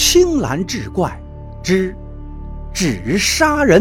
青蓝志怪之纸杀人。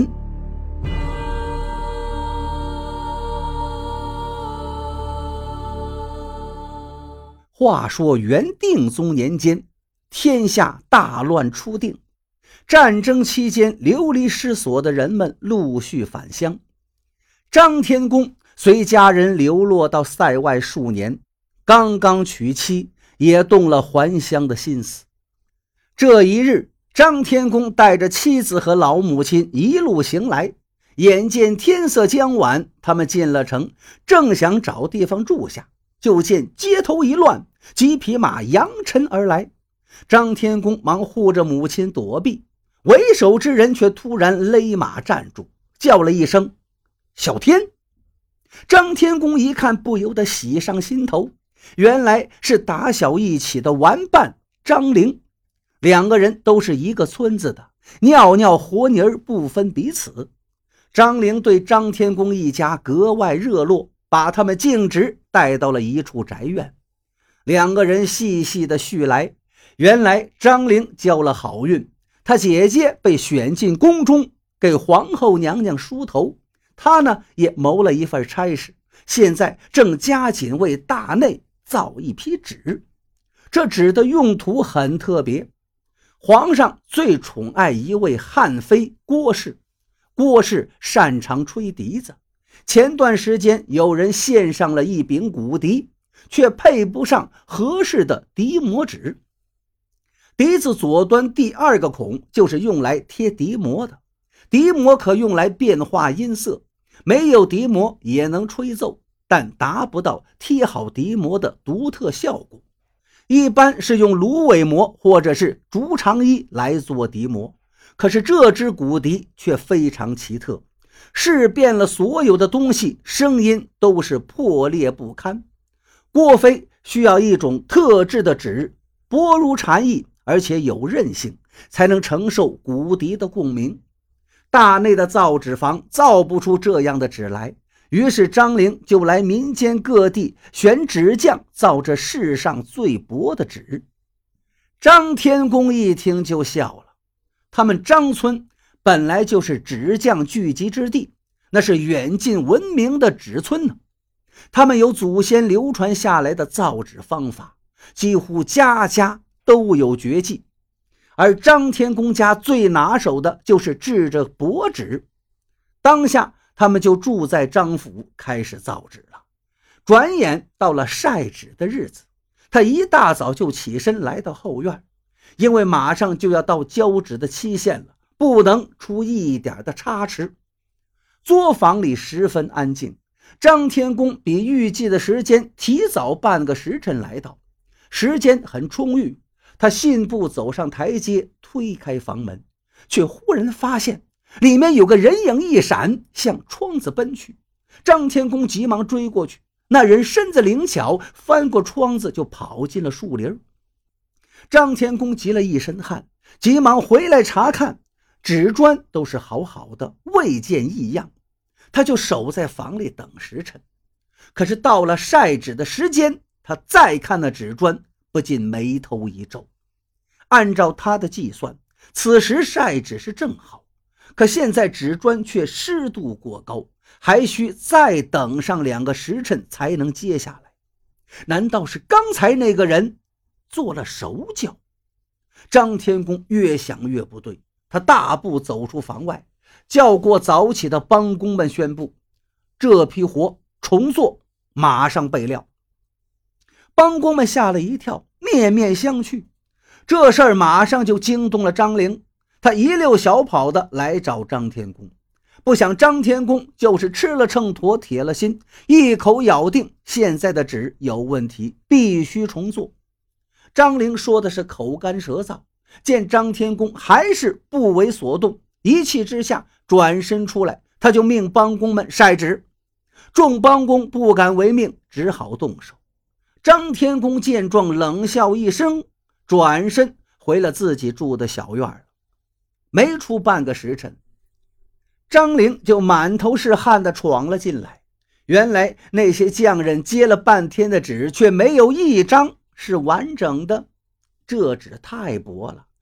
话说元定宗年间，天下大乱初定，战争期间流离失所的人们陆续返乡。张天公随家人流落到塞外数年，刚刚娶妻，也动了还乡的心思。这一日，张天公带着妻子和老母亲一路行来，眼见天色将晚，他们进了城，正想找地方住下，就见街头一乱，几匹马扬尘而来。张天公忙护着母亲躲避，为首之人却突然勒马站住，叫了一声小天。张天公一看，不由得喜上心头，原来是打小一起的玩伴张陵，两个人都是一个村子的，尿尿和泥儿不分彼此。张陵对张天公一家格外热络，把他们径直带到了一处宅院。两个人细细的叙来，原来张陵交了好运，他姐姐被选进宫中，给皇后娘娘梳头，他呢也谋了一份差事，现在正加紧为大内造一批纸。这纸的用途很特别，皇上最宠爱一位汉妃郭氏，郭氏擅长吹笛子，前段时间有人献上了一柄骨笛，却配不上合适的笛膜纸。笛子左端第二个孔就是用来贴笛膜的，笛膜可用来变化音色，没有笛膜也能吹奏，但达不到贴好笛膜的独特效果。一般是用芦苇膜或者是竹长衣来做笛膜，可是这支骨笛却非常奇特，试遍了所有的东西，声音都是破裂不堪。郭妃需要一种特制的纸，薄如蝉翼，而且有韧性，才能承受骨笛的共鸣。大内的造纸坊造不出这样的纸来，于是张陵就来民间各地选纸匠造这世上最薄的纸。张天公一听就笑了，他们张村本来就是纸匠聚集之地，那是远近闻名的纸村呢。他们有祖先流传下来的造纸方法，几乎家家都有绝技，而张天公家最拿手的就是制着薄纸。当下他们就住在张府开始造纸了。转眼到了晒纸的日子，他一大早就起身来到后院，因为马上就要到交纸的期限了，不能出一点的差池。作坊里十分安静，张天公比预计的时间提早半个时辰来到，时间很充裕。他信步走上台阶，推开房门，却忽然发现里面有个人影一闪，向窗子奔去。张天公急忙追过去，那人身子灵巧，翻过窗子就跑进了树林。张天公急了一身汗，急忙回来查看，纸砖都是好好的，未见异样。他就守在房里等时辰。可是到了晒纸的时间，他再看那纸砖，不禁眉头一皱。按照他的计算，此时晒纸是正好，可现在纸砖却湿度过高，还需再等上2个时辰才能接下来。难道是刚才那个人做了手脚？张天公越想越不对，他大步走出房外，叫过早起的帮工们宣布，这批活重做，马上备料。帮工们吓了一跳，面面相觑。这事儿马上就惊动了张陵，他一溜小跑的来找张天公。不想张天公就是吃了秤砣铁了心，一口咬定现在的纸有问题，必须重做。张陵说的是口干舌燥，见张天公还是不为所动，一气之下转身出来，他就命帮工们晒纸。众帮工不敢违命，只好动手。张天公见状冷笑一声，转身回了自己住的小院了。没出半个时辰，张陵就满头是汗地闯了进来。原来那些匠人接了半天的纸，却没有一张是完整的。这纸太薄了，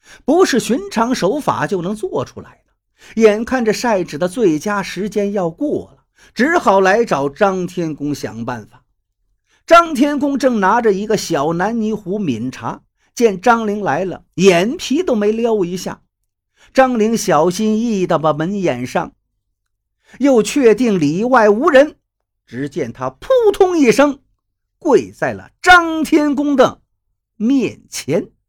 不是寻常手法就能做出来的。眼看着晒纸的最佳时间要过了，只好来找张天公想办法。张天公正拿着一个小南泥壶抿茶，见张陵来了，眼皮都没撩一下。张陵小心翼翼地把门掩上，又确定里外无人，只见他扑通一声跪在了张天公的面前。